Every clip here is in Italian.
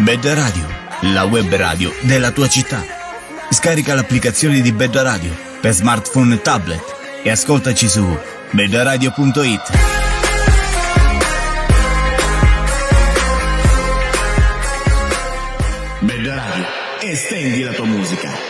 Bed Radio, la web radio della tua città. Scarica l'applicazione di Bed Radio per smartphone e tablet e ascoltaci su bedradio.it. Bed Radio, estendi la tua musica.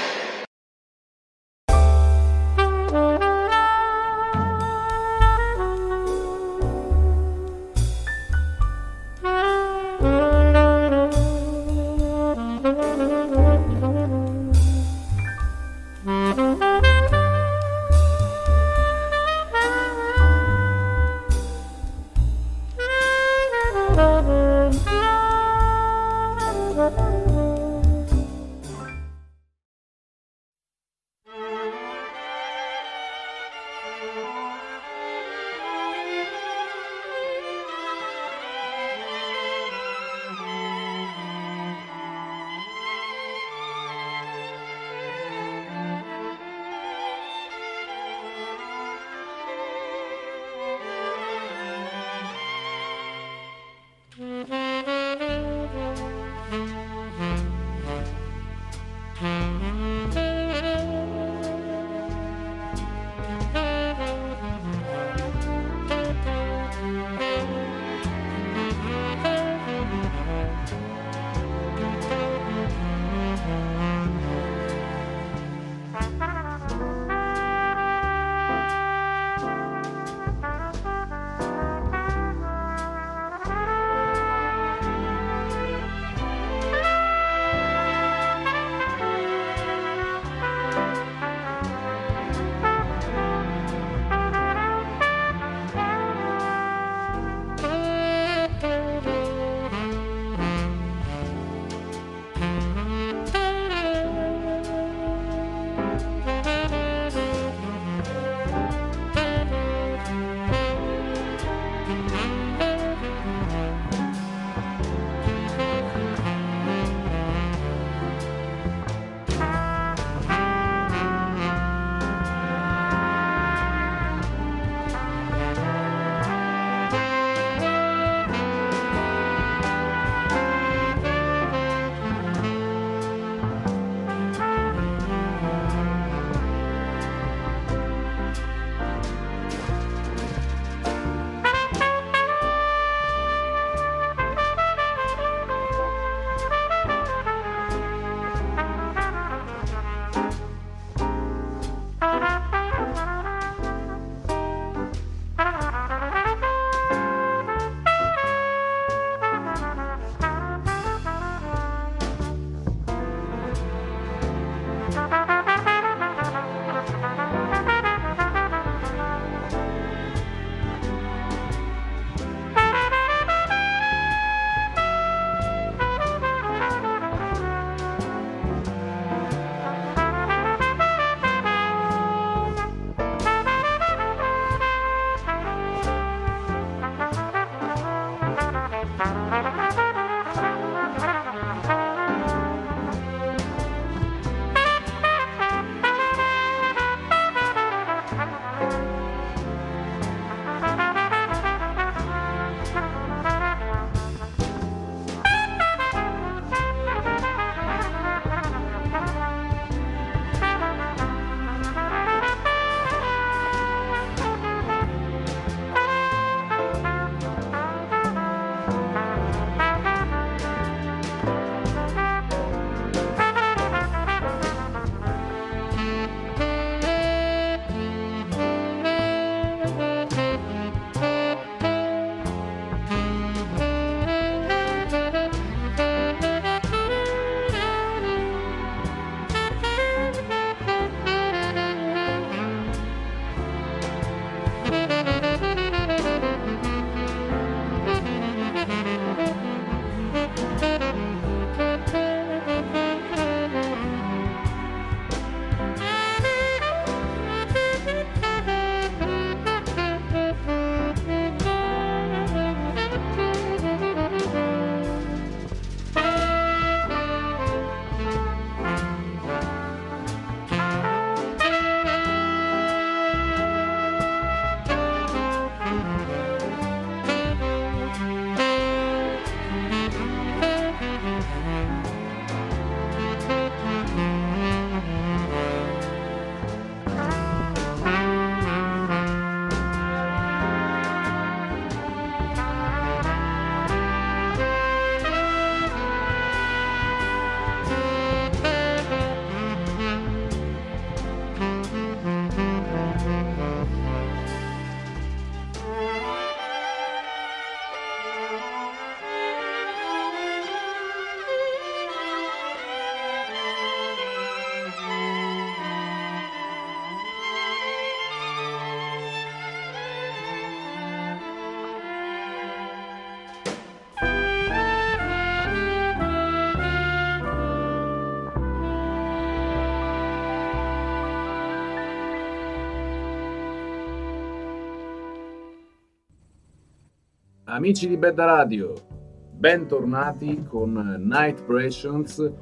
Amici di Bedda Radio, bentornati con Night Pressions.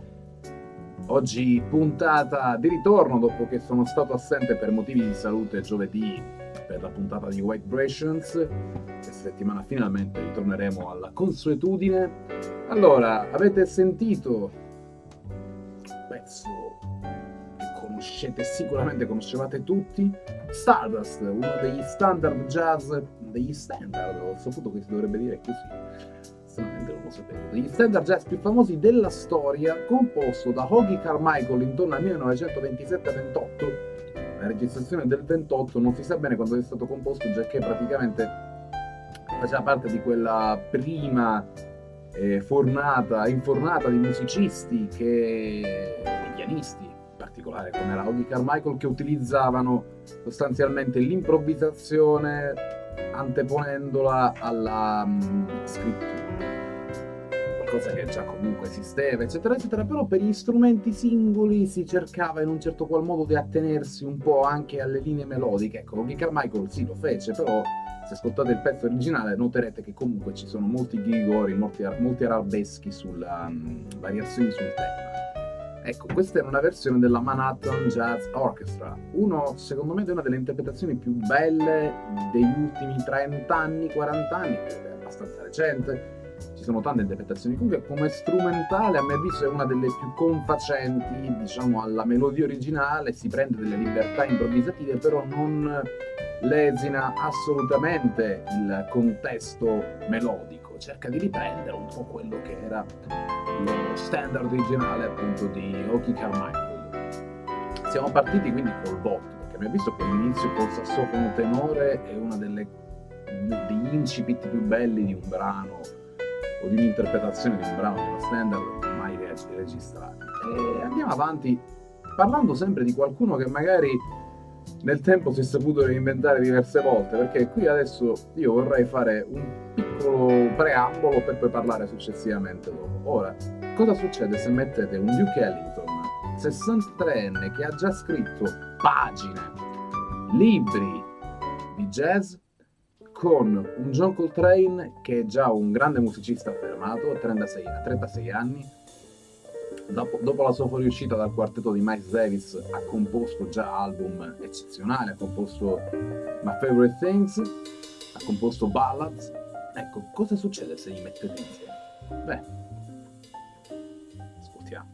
Oggi puntata di ritorno dopo che sono stato assente per motivi di salute giovedì per la puntata di White Pressions. Questa settimana finalmente ritorneremo alla consuetudine. Allora, avete sentito un pezzo che conoscevate tutti, Stardust, uno degli standard jazz, ho saputo che si dovrebbe dire così, stranamente non lo sapevo, degli standard jazz più famosi della storia, composto da Hoagy Carmichael intorno al 1927-28. La registrazione del 28 non si sa bene quando è stato composto, già che praticamente faceva parte di quella prima infornata di musicisti di pianisti in particolare, come era Hoagy Carmichael, che utilizzavano sostanzialmente l'improvvisazione anteponendola alla scrittura, qualcosa che già comunque esisteva, eccetera eccetera, però per gli strumenti singoli si cercava in un certo qual modo di attenersi un po' anche alle linee melodiche. Ecco, Hoagy Carmichael sì, lo fece, però se ascoltate il pezzo originale noterete che comunque ci sono molti ghirigori, molti arabeschi sulla variazioni sul tema. Ecco, questa è una versione della Manhattan Jazz Orchestra, secondo me, è una delle interpretazioni più belle degli ultimi 30 anni, 40 anni, che è abbastanza recente. Ci sono tante interpretazioni, comunque come strumentale a mio avviso è una delle più confacenti, diciamo, alla melodia originale, si prende delle libertà improvvisative, però non lesina assolutamente il contesto melodico, cerca di riprendere un po' quello che era lo standard originale appunto di Hoagy Carmichael. Siamo partiti quindi col botto, perché a mio avviso quell'inizio col sassofono tenore è una degli incipit più belli di un brano o di un'interpretazione di un brano di uno standard mai registrati. E andiamo avanti parlando sempre di qualcuno che magari nel tempo si è saputo reinventare diverse volte, perché qui adesso io vorrei fare un piccolo preambolo per poi parlare successivamente dopo. Ora, cosa succede se mettete un Duke Ellington 63enne che ha già scritto pagine, libri di jazz, con un John Coltrane che è già un grande musicista affermato, a 36 anni, dopo la sua fuoriuscita dal quartetto di Miles Davis ha composto già album eccezionali, ha composto My Favorite Things, ha composto ballads. Ecco, cosa succede se li mettete insieme? Beh, ascoltiamo.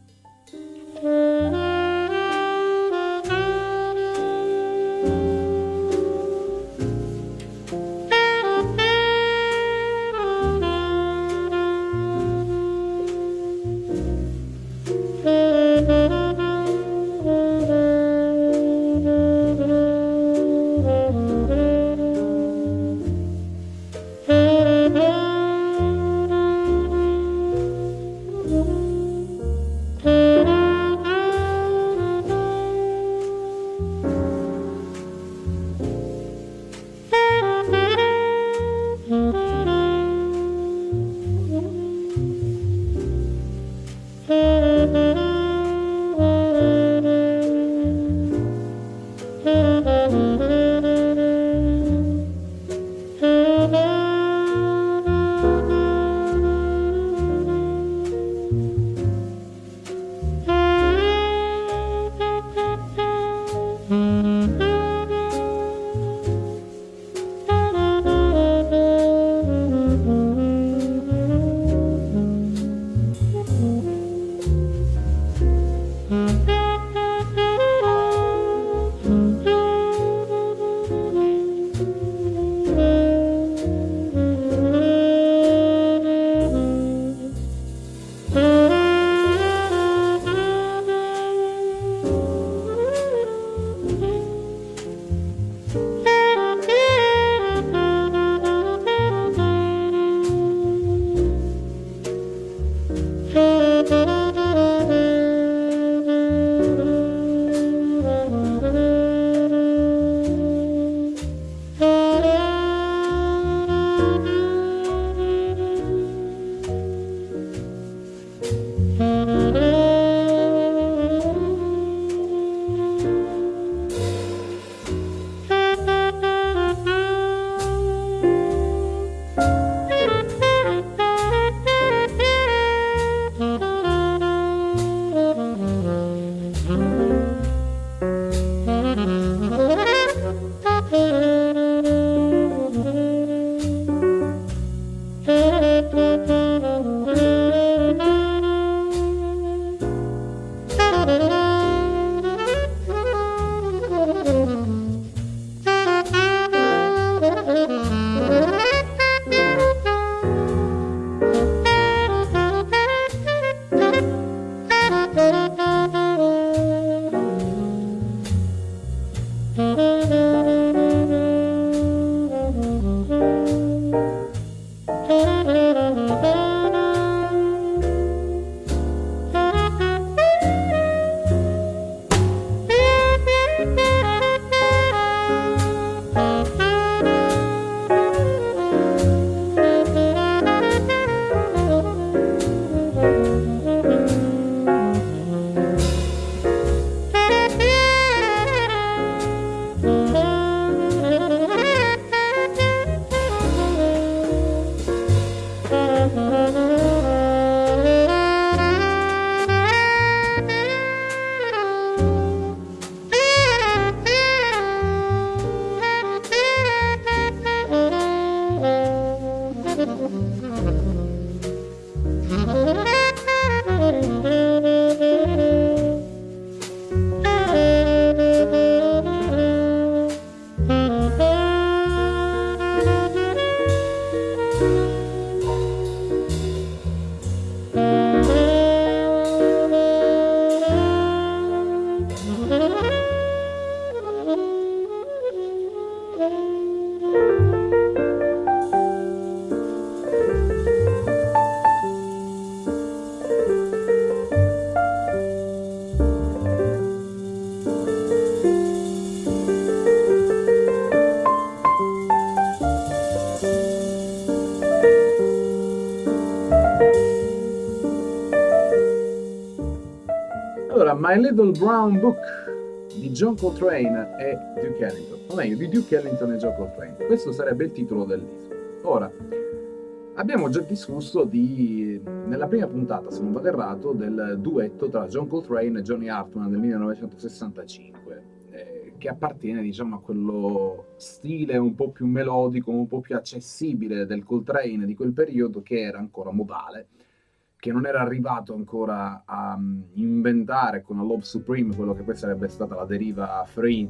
My Little Brown Book di John Coltrane e Duke Ellington, o meglio di Duke Ellington e John Coltrane. Questo sarebbe il titolo del disco. Ora, abbiamo già discusso nella prima puntata, se non vado errato, del duetto tra John Coltrane e Johnny Hartman del 1965, che appartiene, diciamo, a quello stile un po' più melodico, un po' più accessibile del Coltrane di quel periodo, che era ancora modale, che non era arrivato ancora a inventare con la Love Supreme quello che poi sarebbe stata la deriva free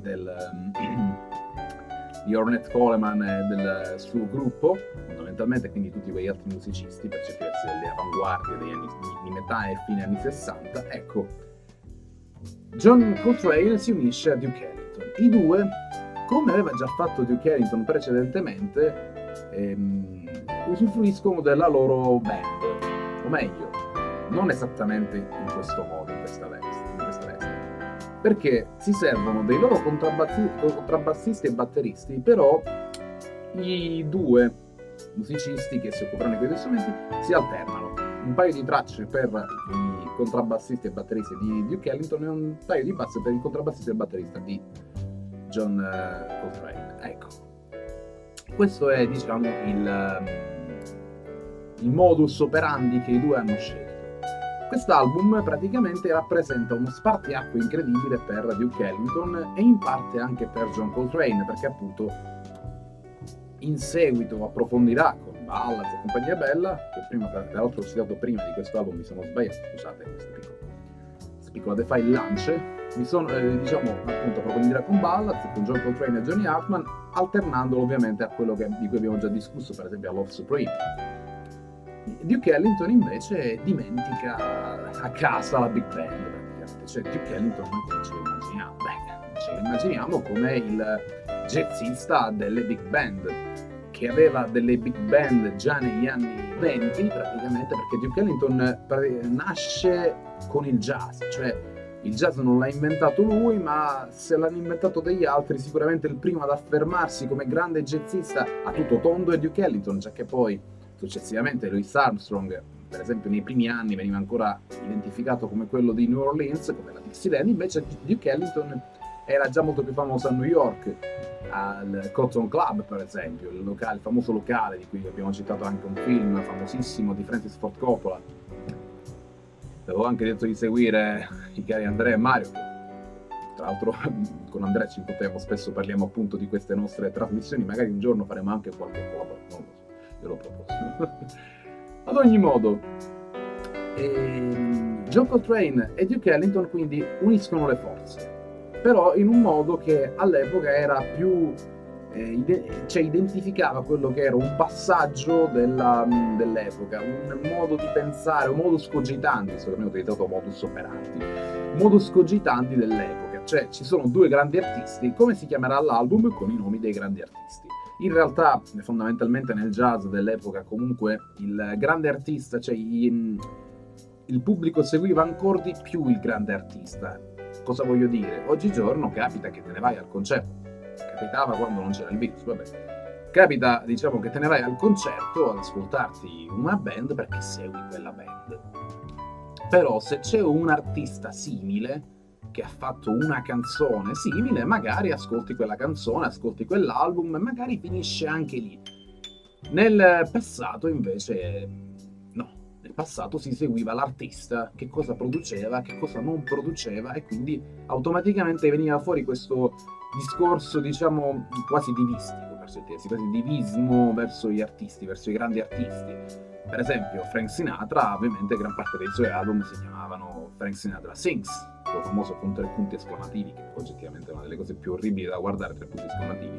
di Ornette Coleman e del suo gruppo, fondamentalmente, quindi tutti quegli altri musicisti, per certi versi delle avanguardie degli anni di metà e fine anni 60. Ecco, John Coltrane si unisce a Duke Ellington. I due, come aveva già fatto Duke Ellington precedentemente, usufruiscono della loro band, o meglio, non esattamente in questo modo, in questa veste, perché si servono dei loro contrabbassisti e batteristi, però i due musicisti che si occupano di questi strumenti si alternano. Un paio di tracce per i contrabbassisti e batteristi di Duke Ellington e un paio di basse per il contrabbassista e il batterista di John Coltrane. Ecco, questo è, diciamo, il modus operandi che i due hanno scelto. Quest'album praticamente rappresenta uno spartiacque incredibile per Duke Ellington e in parte anche per John Coltrane, perché appunto in seguito approfondirà con Ballads e compagnia bella, che prima, tra l'altro ho citato prima di questo album, mi sono sbagliato, scusate, questa piccola defile lance, diciamo, appunto approfondirà con Ballads, con John Coltrane e Johnny Hartman, alternandolo ovviamente a quello di cui abbiamo già discusso, per esempio a Love Supreme. Duke Ellington invece dimentica a casa la big band, praticamente. Cioè Duke Ellington noi ce lo immaginiamo? Beh, ce lo immaginiamo come il jazzista delle big band, che aveva delle big band già negli anni 20 praticamente, perché Duke Ellington nasce con il jazz, cioè il jazz non l'ha inventato lui, ma se l'hanno inventato degli altri, sicuramente il primo ad affermarsi come grande jazzista a tutto tondo è Duke Ellington, già che poi successivamente Louis Armstrong, per esempio nei primi anni, veniva ancora identificato come quello di New Orleans, come la Dixieland. Invece Duke Ellington era già molto più famoso a New York, al Cotton Club per esempio, il famoso locale di cui abbiamo citato anche un film famosissimo di Francis Ford Coppola. Avevo anche detto di seguire i cari Andrea e Mario, che tra l'altro con Andrea ci incontriamo spesso, parliamo appunto di queste nostre trasmissioni, magari un giorno faremo anche qualche collaborazione, io l'ho proposto. Ad ogni modo, John Coltrane e Duke Ellington quindi uniscono le forze, però in un modo che all'epoca era più identificava quello che era un passaggio dell'epoca, un modo di pensare, un modus cogitandi, visto che abbiamo utilizzato modus cogitandi dell'epoca. Cioè ci sono due grandi artisti, come si chiamerà l'album? Con i nomi dei grandi artisti. In realtà fondamentalmente nel jazz dell'epoca comunque il grande artista, cioè il pubblico seguiva ancora di più il grande artista. Cosa voglio dire? Oggigiorno capita che te ne vai al concerto, capitava quando non c'era il virus, vabbè, capita, diciamo, che te ne vai al concerto ad ascoltarti una band perché segui quella band. Però se c'è un artista simile che ha fatto una canzone simile, magari ascolti quella canzone, ascolti quell'album e magari finisce anche lì. Nel passato invece no, nel passato si seguiva l'artista, che cosa produceva, che cosa non produceva, e quindi automaticamente veniva fuori questo discorso, diciamo, quasi divistico, per certi versi, quasi divismo verso gli artisti, verso i grandi artisti. Per esempio Frank Sinatra, ovviamente gran parte dei suoi album si chiamavano Frank Sinatra Sings, quello famoso con 3 punti esclamativi, che oggettivamente è una delle cose più orribili da guardare, 3 punti esclamativi,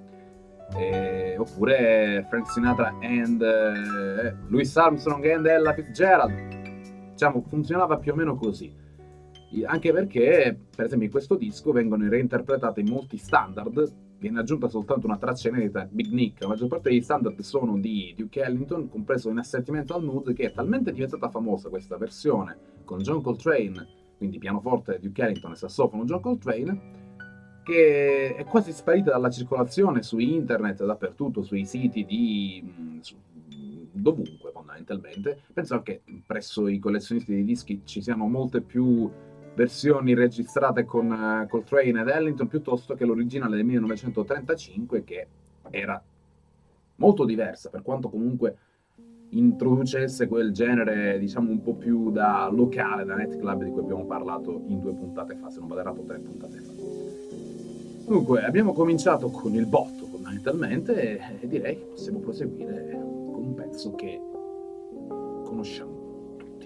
vabbè. Oppure Frank Sinatra and Louis Armstrong and Ella Fitzgerald, diciamo, funzionava più o meno così. Anche perché, per esempio, in questo disco vengono reinterpretati molti standard, viene aggiunta soltanto una traccia inedita, Big Nick. La maggior parte degli standard sono di Duke Ellington, compreso In A Sentimental Mood, che è talmente diventata famosa questa versione con John Coltrane, quindi pianoforte Duke Ellington e sassofono John Coltrane, che è quasi sparita dalla circolazione su internet, dappertutto, sui siti dovunque fondamentalmente. Penso anche presso i collezionisti di dischi ci siano molte più versioni registrate con Coltrane ed Ellington, piuttosto che l'originale del 1935, che era molto diversa, per quanto comunque introducesse quel genere, diciamo, un po' più da locale, da nightclub, di cui abbiamo parlato in 2 puntate fa, se non vado errato 3 puntate fa. Dunque, abbiamo cominciato con il botto, fondamentalmente, e direi che possiamo proseguire con un pezzo che conosciamo tutti.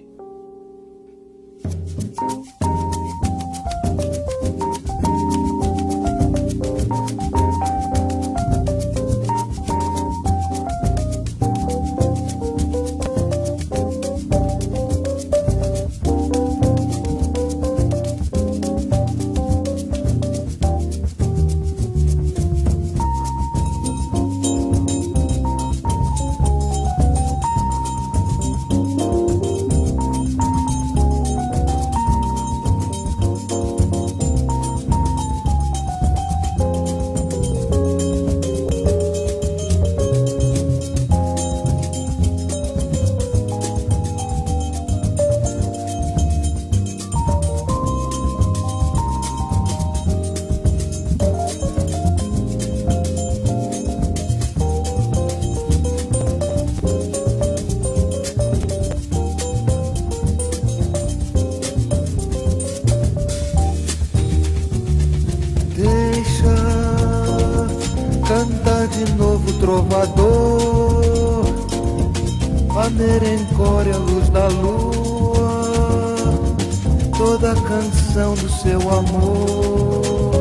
Trovador, a merencória, a luz da lua, toda a canção do seu amor.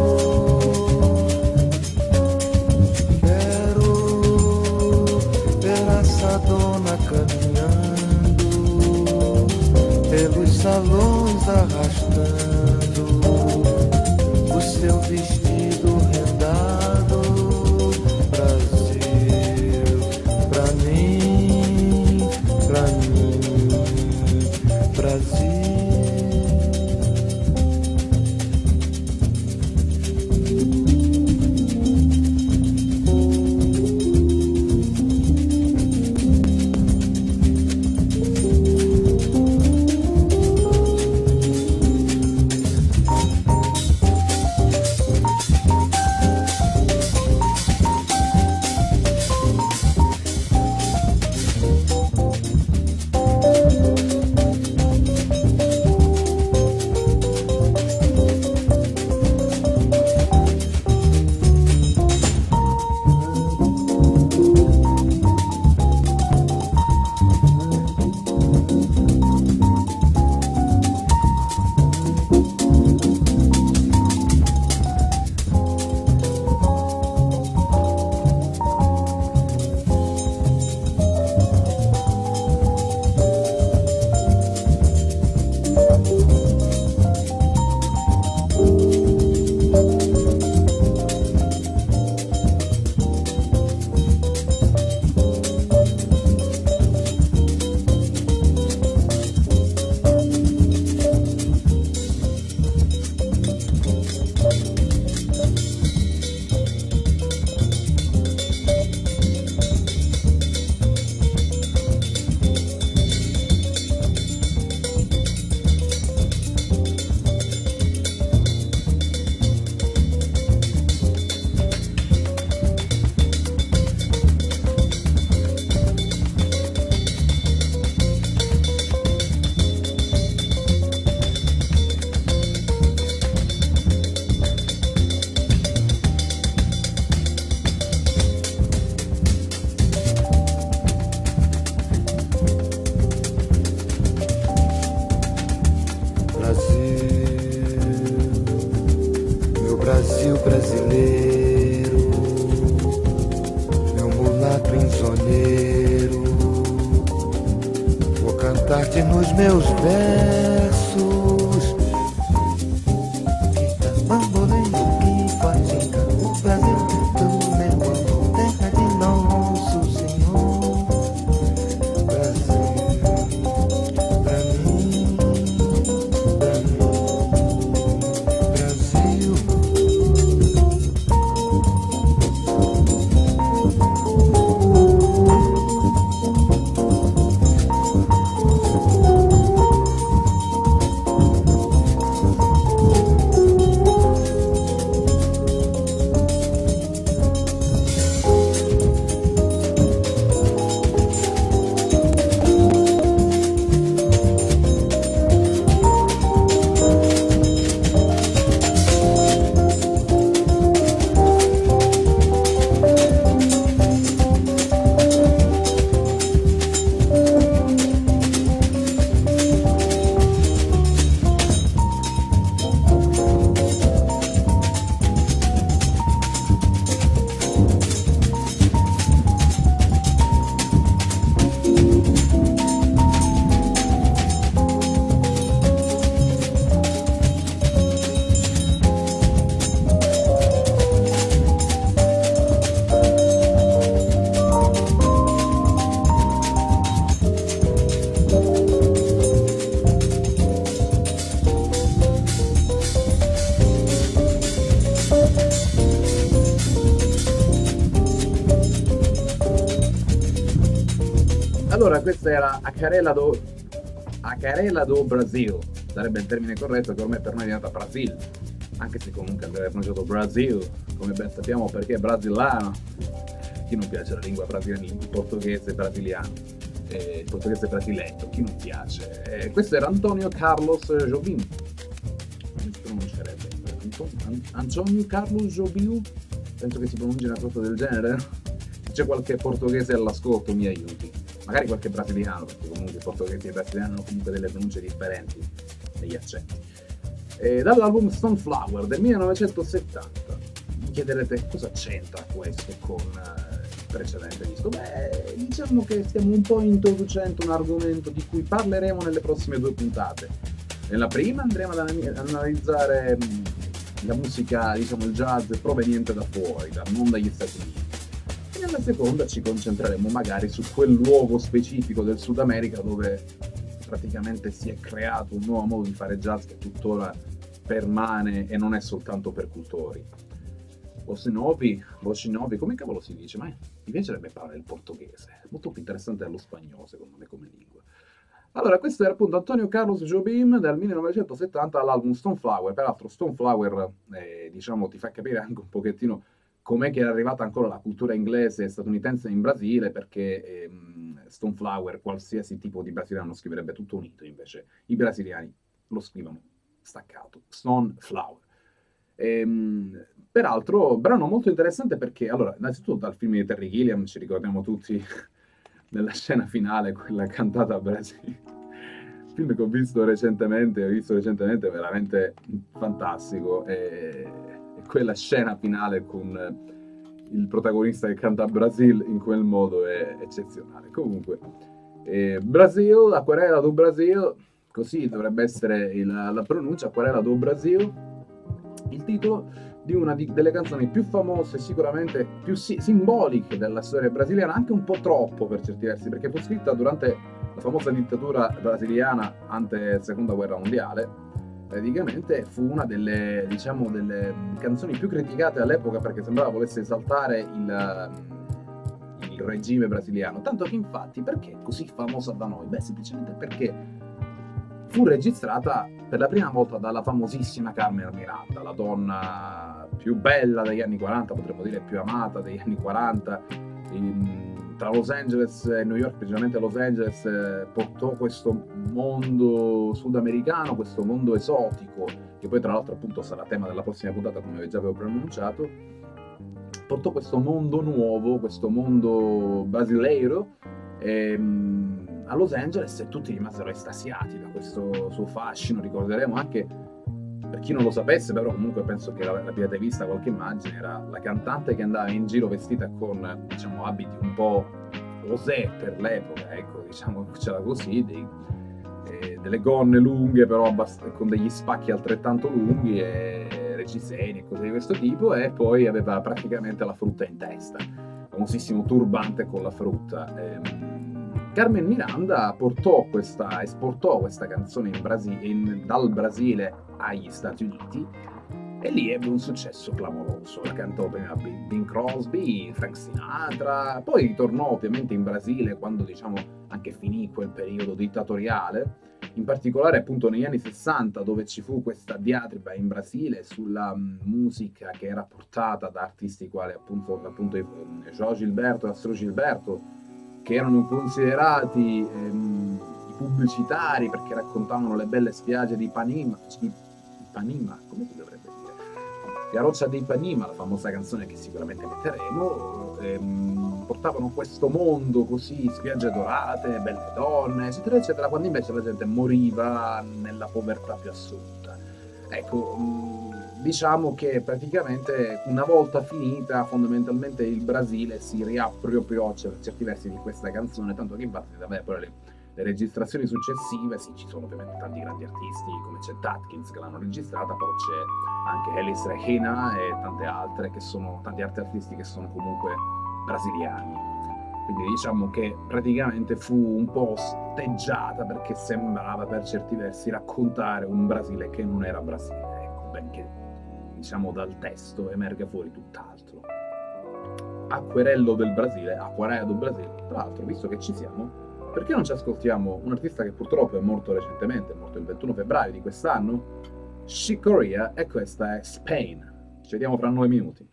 Quero ver a Sadona caminhando pelos salões, arrastando o seu vestido rendado. Brasil brasileiro, meu mulato insoneiro, vou cantar-te nos meus versos. Fica bamboleio que faz encantar o Brasil do meu amor, terra de nosso Senhor. Brasil, pra mim, Brasil. questa era Aquarela do Brasil, sarebbe il termine corretto, che ormai per noi è diventata Brasil, anche se comunque andrebbe pronunciato Brasil, come ben sappiamo, perché è brasiliano. Chi non piace la lingua brasiliana, il portoghese brasiliano, il portoghese brasiletto, chi non piace? Questo era Antonio Carlos Jobim, come si pronuncerebbe? Antonio Carlos Jobim? Penso che si pronunci una cosa del genere, no? C'è qualche portoghese all'ascolto, mi aiuti, magari qualche brasiliano, perché comunque i portoghesi e i brasiliani hanno comunque delle pronunce differenti negli accenti. Dall'album Stoneflower del 1970. Mi chiederete cosa c'entra questo con il precedente disco? Beh, diciamo che stiamo un po' introducendo un argomento di cui parleremo nelle prossime 2 puntate. Nella prima andremo ad analizzare la musica, diciamo il jazz proveniente da fuori, non dagli Stati Uniti. E nella seconda ci concentreremo magari su quel luogo specifico del Sud America dove praticamente si è creato un nuovo modo di fare jazz che tuttora permane e non è soltanto per cultori. Voci nuovi, come cavolo si dice? Ma mi piacerebbe parlare il portoghese, è molto più interessante dello spagnolo secondo me come lingua. Allora, questo era appunto Antonio Carlos Jobim dal 1970 all'album Stoneflower. Peraltro Stoneflower, diciamo, ti fa capire anche un pochettino com'è che è arrivata ancora la cultura inglese e statunitense in Brasile, perché Stoneflower, qualsiasi tipo di brasiliano scriverebbe tutto unito, invece i brasiliani lo scrivono staccato, Stoneflower. Peraltro, brano molto interessante perché, allora, innanzitutto dal film di Terry Gilliam ci ricordiamo tutti nella scena finale, quella cantata a Brasile. Film che ho visto recentemente, veramente fantastico, e quella scena finale con il protagonista che canta a Brasil in quel modo è eccezionale. Comunque, Brasil, Aquarela do Brasil, così dovrebbe essere la pronuncia, Aquarela do Brasil, il titolo di una delle canzoni più famose, sicuramente più simboliche della storia brasiliana, anche un po' troppo per certi versi, perché fu scritta durante la famosa dittatura brasiliana ante seconda guerra mondiale. Praticamente fu una delle, diciamo, delle canzoni più criticate all'epoca perché sembrava volesse esaltare il regime brasiliano, tanto che infatti, perché è così famosa da noi? Beh, semplicemente perché fu registrata per la prima volta dalla famosissima Carmen Miranda, la donna più bella degli anni 40, potremmo dire più amata degli anni 40, tra Los Angeles e New York, specialmente Los Angeles, portò questo mondo sudamericano, questo mondo esotico, che poi tra l'altro appunto sarà tema della prossima puntata, come già avevo pronunciato, portò questo mondo nuovo, questo mondo brasileiro, a Los Angeles, e tutti rimasero estasiati da questo suo fascino. Ricorderemo anche, per chi non lo sapesse, però comunque penso che l'abbiate vista qualche immagine, era la cantante che andava in giro vestita con, diciamo, abiti un po' osè per l'epoca, ecco, diciamo, c'era così, delle gonne lunghe però con degli spacchi altrettanto lunghi e reggiseni e cose di questo tipo, e poi aveva praticamente la frutta in testa, famosissimo turbante con la frutta. Carmen Miranda esportò questa canzone dal Brasile agli Stati Uniti e lì ebbe un successo clamoroso. La cantò prima Bing Crosby, Frank Sinatra, poi ritornò ovviamente in Brasile quando, diciamo, anche finì quel periodo dittatoriale, in particolare appunto negli anni 60, dove ci fu questa diatriba in Brasile sulla musica che era portata da artisti quali appunto João Gilberto e Astro Gilberto, che erano considerati i pubblicitari perché raccontavano le belle spiagge di Ipanema, come si dovrebbe dire? Garoccia di Ipanema, la famosa canzone che sicuramente metteremo, portavano questo mondo così, spiagge dorate, belle donne, eccetera, eccetera, quando invece la gente moriva nella povertà più assoluta. Ecco, diciamo che praticamente una volta finita, fondamentalmente il Brasile si riappropriò per certi versi di questa canzone, tanto che infatti da me poi le registrazioni successive, sì, ci sono ovviamente tanti grandi artisti come Chet Atkins che l'hanno registrata, però c'è anche Elis Regina e tanti altri artisti che sono comunque brasiliani. Quindi diciamo che praticamente fu un po' osteggiata perché sembrava per certi versi raccontare un Brasile che non era Brasile, ecco, benché diciamo dal testo emerga fuori tutt'altro. Aquarela do Brasile, tra l'altro, visto che ci siamo, perché non ci ascoltiamo un artista che purtroppo è morto recentemente, è morto il 21 febbraio di quest'anno, Chick Corea, e questa è Spain. Ci vediamo fra 9 minuti.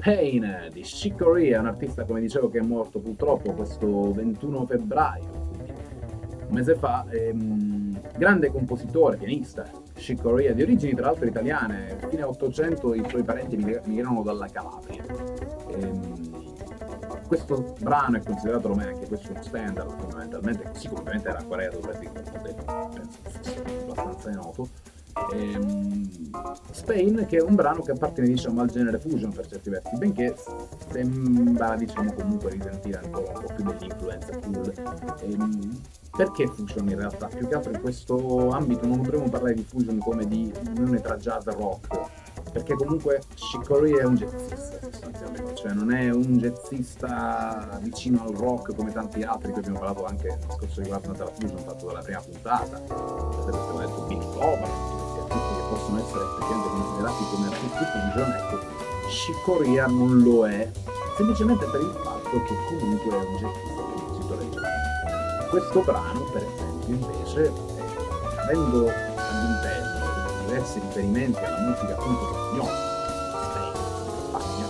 Spain di Chick Corea, un artista, come dicevo, che è morto purtroppo questo 21 febbraio, quindi un mese fa. Grande compositore, pianista, Chick Corea, di origini tra l'altro italiane. A fine 800 i suoi parenti migrarono dalla Calabria. Questo brano è considerato ormai anche questo un standard, fondamentalmente, sicuramente era Corea dovrebbe penso fosse abbastanza noto. Spain, che è un brano che appartiene, diciamo, al genere fusion per certi versi, benché sembra, diciamo, comunque risentire ancora un po' più dell'influenza cool. Perché fusion in realtà? Più che altro in questo ambito non dovremmo parlare di fusion come di unione tra jazz e rock, perché comunque Chick Corea è un jazzista sostanzialmente, cioè non è un jazzista vicino al rock come tanti altri che abbiamo parlato anche nel discorso riguardante la fusion fatto dalla prima puntata. Per esempio abbiamo detto Billy Cobham, questi artisti che possono essere effettivamente considerati come artisti fusion. Ecco, Chick Corea non lo è, semplicemente per il fatto che comunque è un jazzista, un compositore jazz. Questo brano, per esempio, invece, avendo all'interno diversi riferimenti alla musica appunto spagnola, Spagna,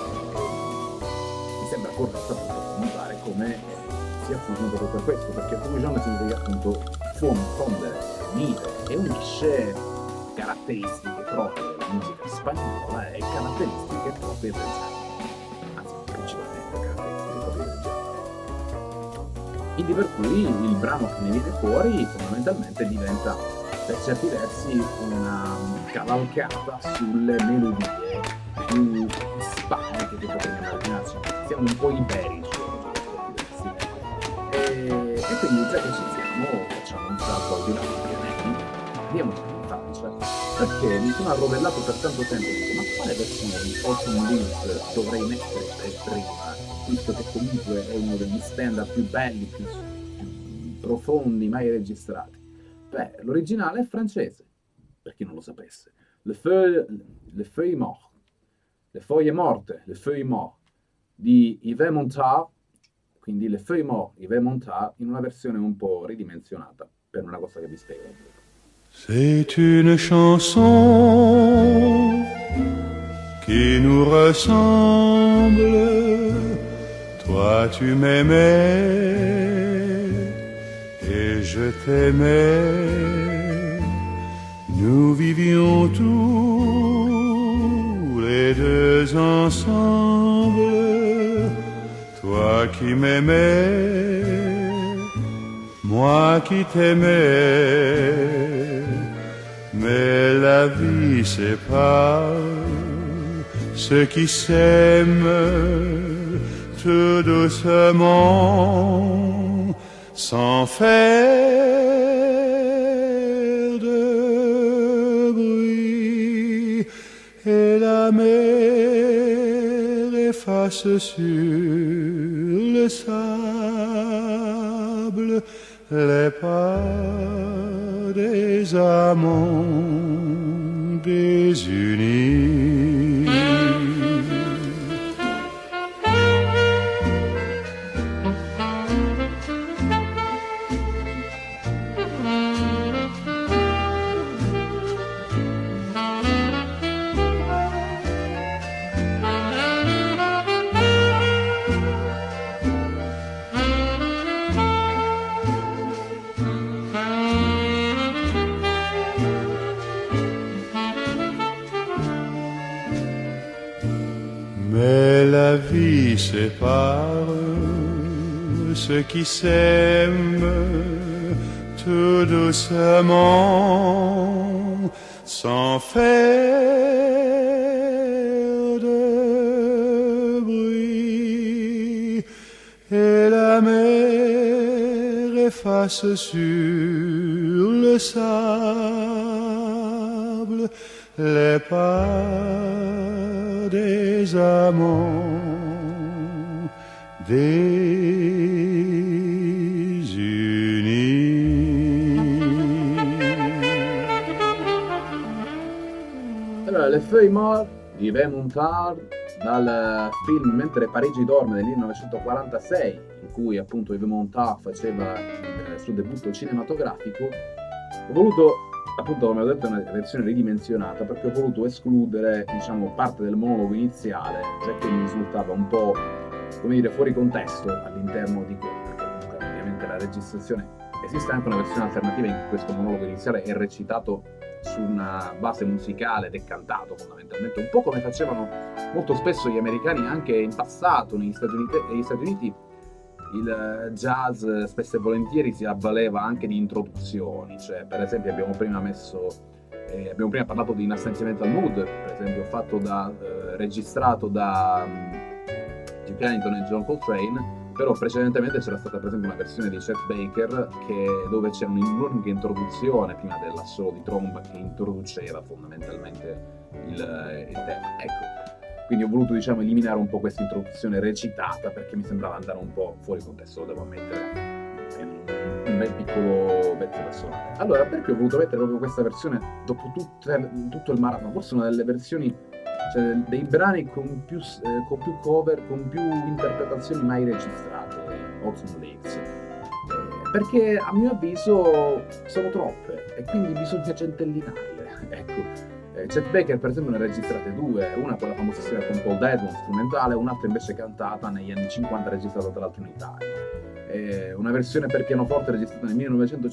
mi sembra corretto appunto notare come sia fusion proprio per questo, perché fusion significa appunto fondere, unire, è un cliché caratteristiche proprie della musica spagnola e caratteristiche proprie del jazz, anzi principalmente caratteristiche proprie del jazz. Quindi per cui il brano che ne viene fuori fondamentalmente diventa per certi versi una cavalcata sulle melodie più ispaniche che potremmo immaginarci. Siamo un po' iberici e quindi già che ci siamo facciamo un salto al di là dei pianeti, andiamoci in Francia, perché mi sono arrovellato per tanto tempo e dico: ma quale versione di Autumn Leaves dovrei mettere per prima, visto che comunque è uno degli standard più belli, più profondi mai registrati? Beh, l'originale è francese, per chi non lo sapesse. Le Feuilles Mortes, Le Foglie Morte, Le Feuilles Mortes di Yves Montand, quindi Le Feuilles Mortes di Yves Montand in una versione un po' ridimensionata, per una cosa che vi spiego. C'est une chanson qui nous ressemble. Toi tu m'aimais et je t'aimais. Nous vivions tous les deux ensemble. Toi qui m'aimais, moi qui t'aimais. Mais la vie sépare ceux qui s'aiment tout doucement, sans faire de bruit. Et la mer efface sur le sable les pas des amants désunis. Mais la vie sépare ceux qui s'aiment tout doucement, sans faire de bruit. Et la mer efface sur le sable les pas des amants désunis. Allora, Le Feuilles Mortes di Yves Montand, dal film Mentre Parigi dorme del 1946, in cui appunto Yves Montand faceva il suo debutto cinematografico. Ho voluto appunto, come ho detto, è una versione ridimensionata perché ho voluto escludere, diciamo, parte del monologo iniziale perché mi risultava un po', come dire, fuori contesto all'interno di quello, perché comunque ovviamente la registrazione esiste anche una versione alternativa in cui questo monologo iniziale è recitato su una base musicale ed è cantato fondamentalmente, un po' come facevano molto spesso gli americani anche in passato negli Stati Uniti. Il jazz spesso e volentieri si avvaleva anche di introduzioni, cioè per esempio abbiamo prima parlato di Inastanziamento al Mood, per esempio registrato da Duke Ellington e John Coltrane, però precedentemente c'era stata per esempio una versione di Chet Baker dove c'era un'unica introduzione prima dell'assolo di tromba che introduceva fondamentalmente il tema. Ecco. Quindi ho voluto, diciamo, eliminare un po' questa introduzione recitata perché mi sembrava andare un po' fuori contesto, lo devo ammettere, è un bel piccolo pezzo personale. Allora, perché ho voluto mettere proprio questa versione dopo tutto il maratona? Forse una delle versioni, cioè dei brani con più cover, con più interpretazioni mai registrate, Autumn Leaves. Perché a mio avviso sono troppe e quindi bisogna centellinarle, ecco. Chet Baker per esempio ne ha registrate due, una quella famosissima con Paul Desmond strumentale, un'altra invece cantata negli anni 50 registrata tra l'altro in Italia, una versione per pianoforte registrata nel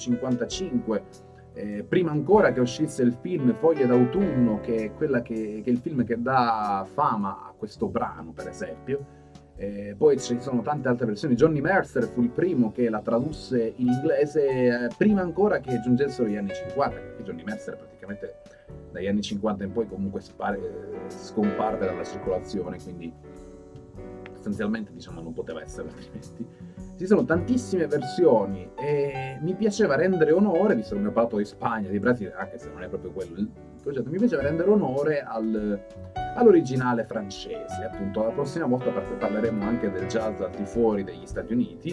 1955, prima ancora che uscisse il film Foglie d'autunno, che è il film che dà fama a questo brano per esempio. Poi ci sono tante altre versioni. Johnny Mercer fu il primo che la tradusse in inglese prima ancora che giungessero gli anni 50, perché Johnny Mercer praticamente dagli anni 50 in poi comunque scomparve dalla circolazione, quindi sostanzialmente, diciamo, non poteva essere altrimenti. Ci sono tantissime versioni e mi piaceva rendere onore, visto che mi ho parlato di Spagna, di Brasile, anche se non è proprio quello il concetto, mi piaceva rendere onore all'originale francese. Appunto, la prossima volta parleremo anche del jazz al di fuori degli Stati Uniti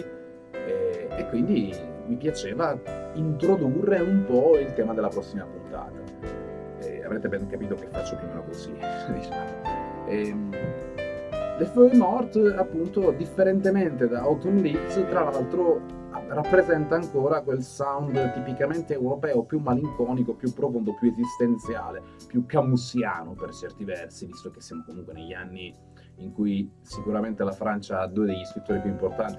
e quindi mi piaceva introdurre un po' il tema della prossima puntata. Avrete ben capito che faccio più o meno così, diciamo. Le Feuilles Mortes, appunto, differentemente da Autumn Leaves, tra l'altro rappresenta ancora quel sound tipicamente europeo, più malinconico, più profondo, più esistenziale, più camusiano per certi versi, visto che siamo comunque negli anni in cui sicuramente la Francia ha due degli scrittori più importanti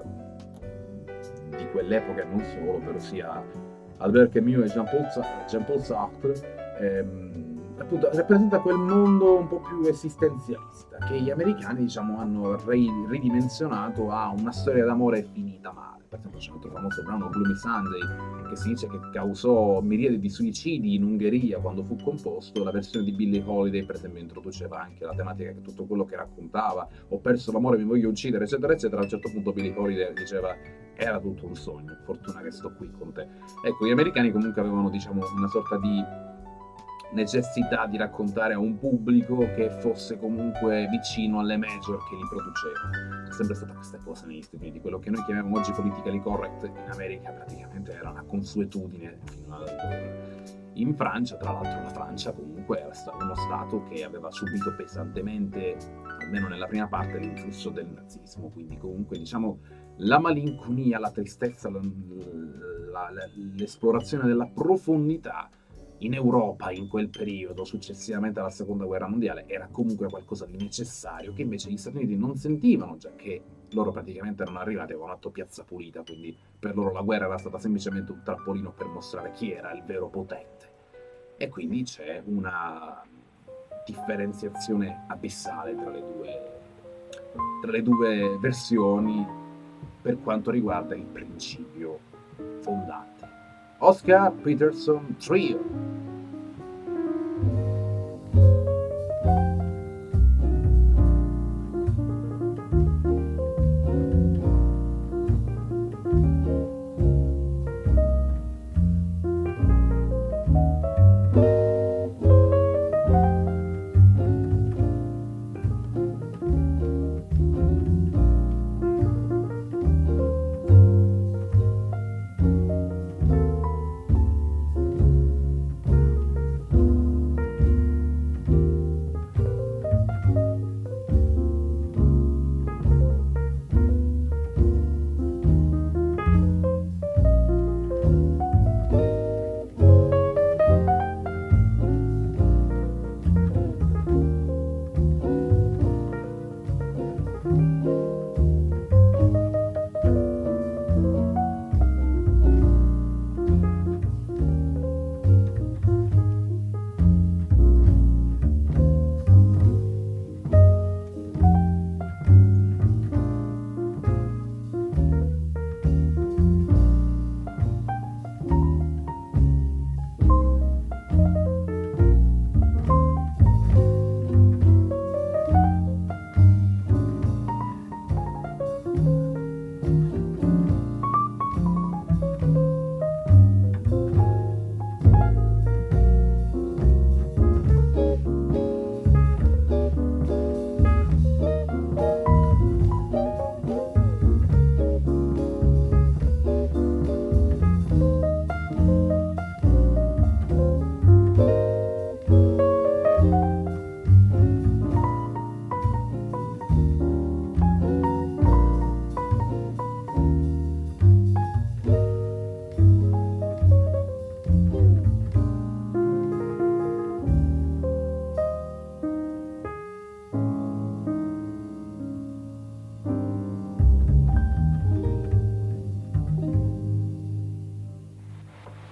di quell'epoca e non solo, ovvero sia Albert Camus e Jean-Paul Sartre. Appunto rappresenta quel mondo un po' più esistenzialista che gli americani, diciamo, hanno ridimensionato a una storia d'amore finita male. Per esempio c'è un altro famoso brano, Gloomy Sunday, che si dice che causò miriadi di suicidi in Ungheria quando fu composto. La versione di Billie Holiday per esempio introduceva anche la tematica che tutto quello che raccontava, ho perso l'amore, mi voglio uccidere, eccetera eccetera. A un certo punto Billie Holiday diceva era tutto un sogno, fortuna che sto qui con te. Ecco, gli americani comunque avevano, diciamo, una sorta di necessità di raccontare a un pubblico che fosse comunque vicino alle major che li producevano. C'è sempre stata questa cosa negli Stati Uniti, quello che noi chiamiamo oggi politically correct in America praticamente era una consuetudine fino in Francia. Tra l'altro la Francia comunque era uno stato che aveva subito pesantemente, almeno nella prima parte, l'influsso del nazismo, quindi comunque, diciamo, la malinconia, la tristezza, l'esplorazione della profondità in Europa in quel periodo, successivamente alla seconda guerra mondiale, era comunque qualcosa di necessario che invece gli Stati Uniti non sentivano, già che loro praticamente erano arrivati, avevano fatto piazza pulita, quindi per loro la guerra era stata semplicemente un trampolino per mostrare chi era il vero potente. E quindi c'è una differenziazione abissale tra le due versioni per quanto riguarda il principio fondante. Oscar Peterson Trio.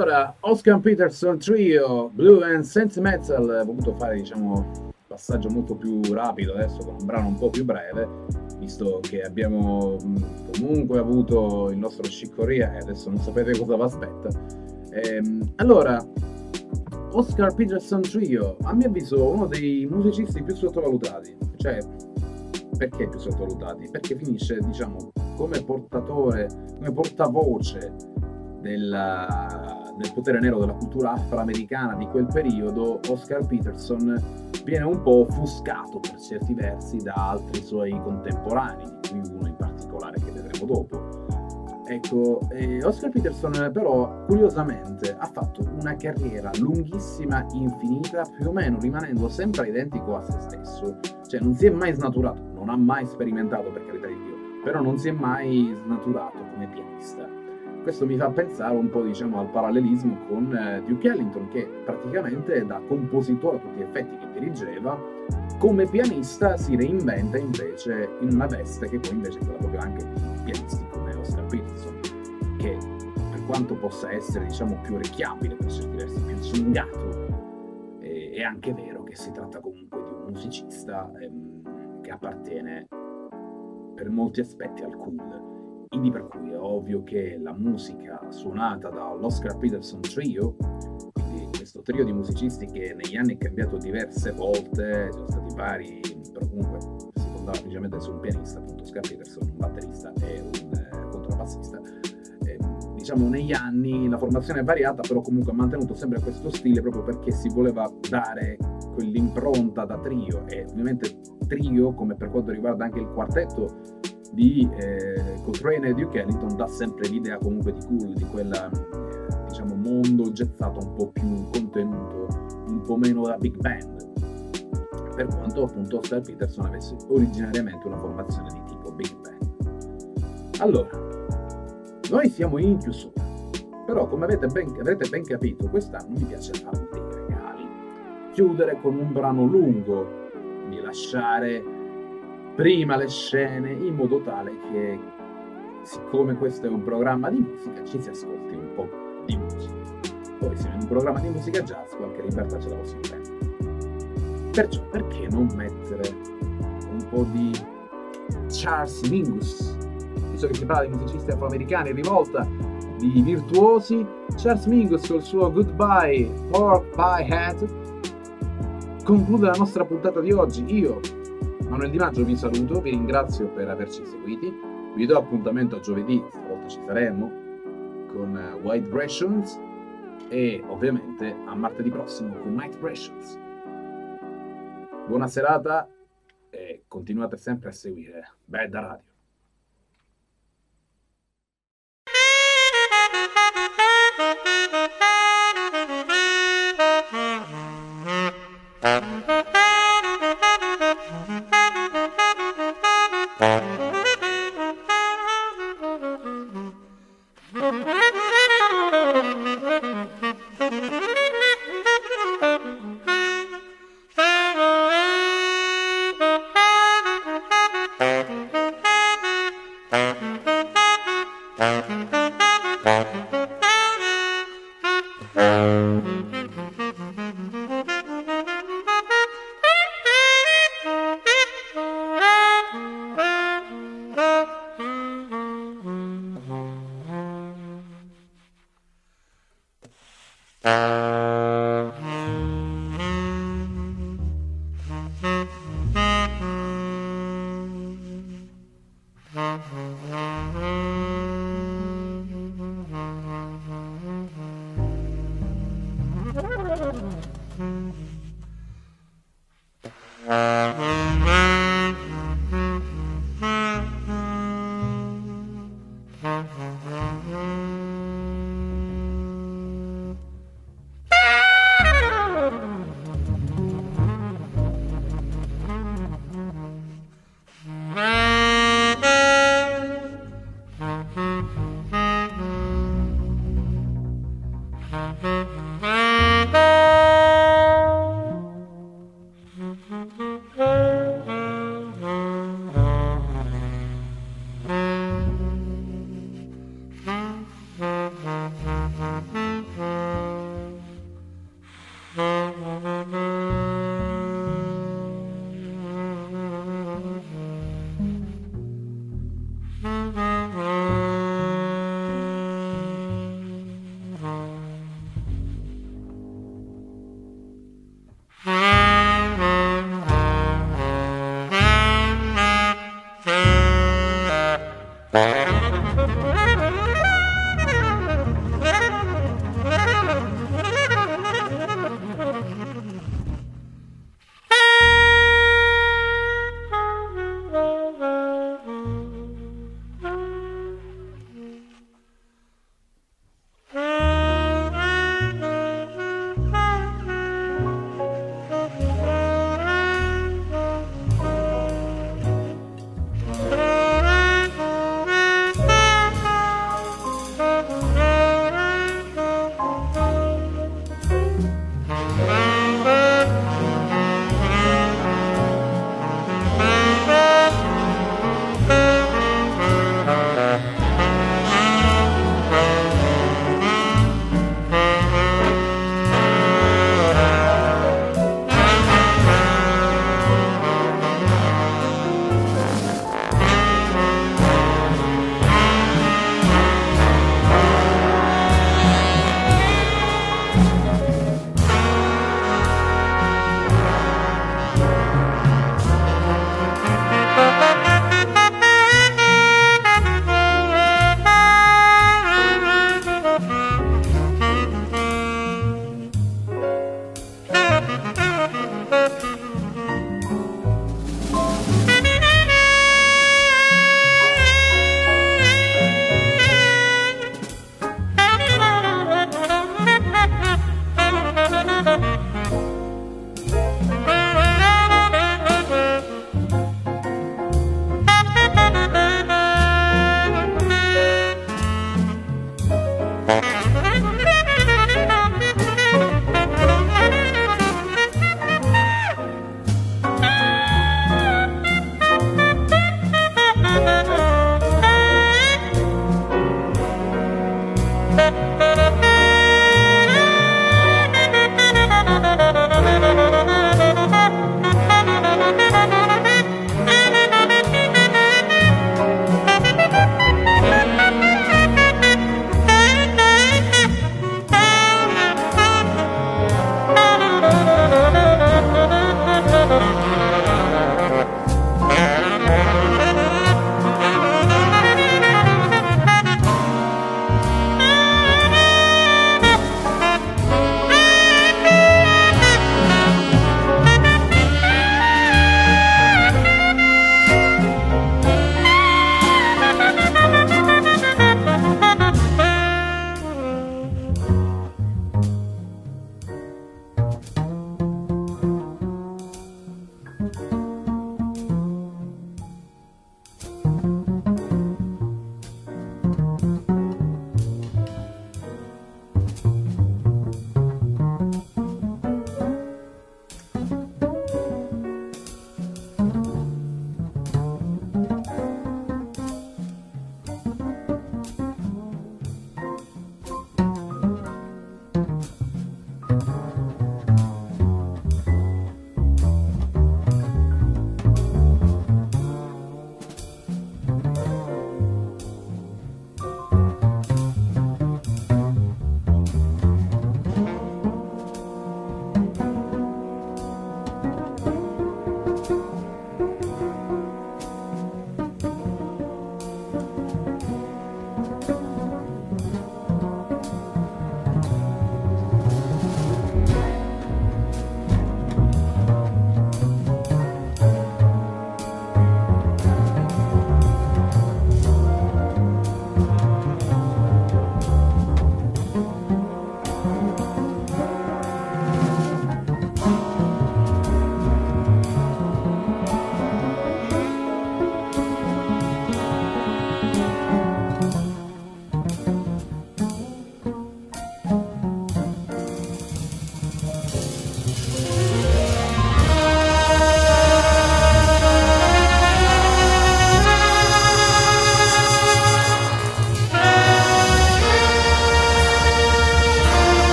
Allora, Oscar Peterson Trio, Blue and Sentimental, ho voluto fare, diciamo, un passaggio molto più rapido adesso con un brano un po' più breve, visto che abbiamo comunque avuto il nostro Chick Corea e adesso non sapete cosa vi aspetta. Allora, Oscar Peterson Trio, a mio avviso uno dei musicisti più sottovalutati, cioè, perché più sottovalutati? Perché finisce, diciamo, come portatore, come portavoce del potere nero della cultura afroamericana di quel periodo. Oscar Peterson viene un po' offuscato per certi versi da altri suoi contemporanei, di cui uno in particolare che vedremo dopo. Ecco, Oscar Peterson però curiosamente ha fatto una carriera lunghissima, infinita, più o meno rimanendo sempre identico a se stesso, cioè non si è mai snaturato, non ha mai sperimentato, per carità di Dio, però non si è mai snaturato come pianista. Questo mi fa pensare un po', diciamo, al parallelismo con Duke Ellington, che praticamente da compositore a tutti gli effetti che dirigeva, come pianista si reinventa invece in una veste che poi invece è quella proprio anche di pianisti come Oscar Peterson, che per quanto possa essere, diciamo, più orecchiabile, per certi versi più swingato, è anche vero che si tratta comunque di un musicista che appartiene per molti aspetti al cool. Quindi per cui è ovvio che la musica suonata dall'Oscar Peterson Trio, quindi questo trio di musicisti che negli anni è cambiato diverse volte, sono stati vari, però comunque si fondava principalmente su un pianista, appunto Oscar Peterson, un batterista e un contrabbassista. Diciamo negli anni la formazione è variata, però comunque ha mantenuto sempre questo stile proprio perché si voleva dare quell'impronta da trio, e ovviamente trio, come per quanto riguarda anche il quartetto di Coltrane e Duke Ellington, dà sempre l'idea comunque di cool, di quel diciamo mondo jazzato un po' più contenuto, un po' meno da big band, per quanto appunto Oscar Peterson avesse originariamente una formazione di tipo big band. Allora, noi siamo in chiusura, però come avrete ben capito, quest'anno mi piace fare dei regali, chiudere con un brano lungo, quindi lasciare prima le scene in modo tale che, siccome questo è un programma di musica, ci si ascolti un po' di musica. Poi siamo in un programma di musica jazz, qualche libertà ce la possiamo prendere. Perciò perché non mettere un po' di Charles Mingus, visto che si parla di musicisti afroamericani in rivolta, di virtuosi. Charles Mingus col suo Goodbye Pork Pie Hat conclude la nostra puntata di oggi. Io, Manuel Di Maggio, vi saluto, vi ringrazio per averci seguiti, vi do appuntamento a giovedì, stavolta ci saremo, con White Impressions, e ovviamente a martedì prossimo con Night Impressions. Buona serata e continuate sempre a seguire Bedda Radio.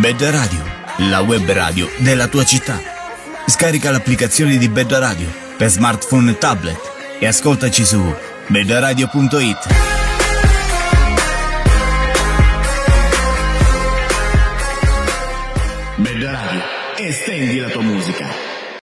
Bedda Radio, la web radio della tua città. Scarica l'applicazione di Bedda Radio per smartphone e tablet e ascoltaci su beddaradio.it. Bedda Radio, estendi la tua musica.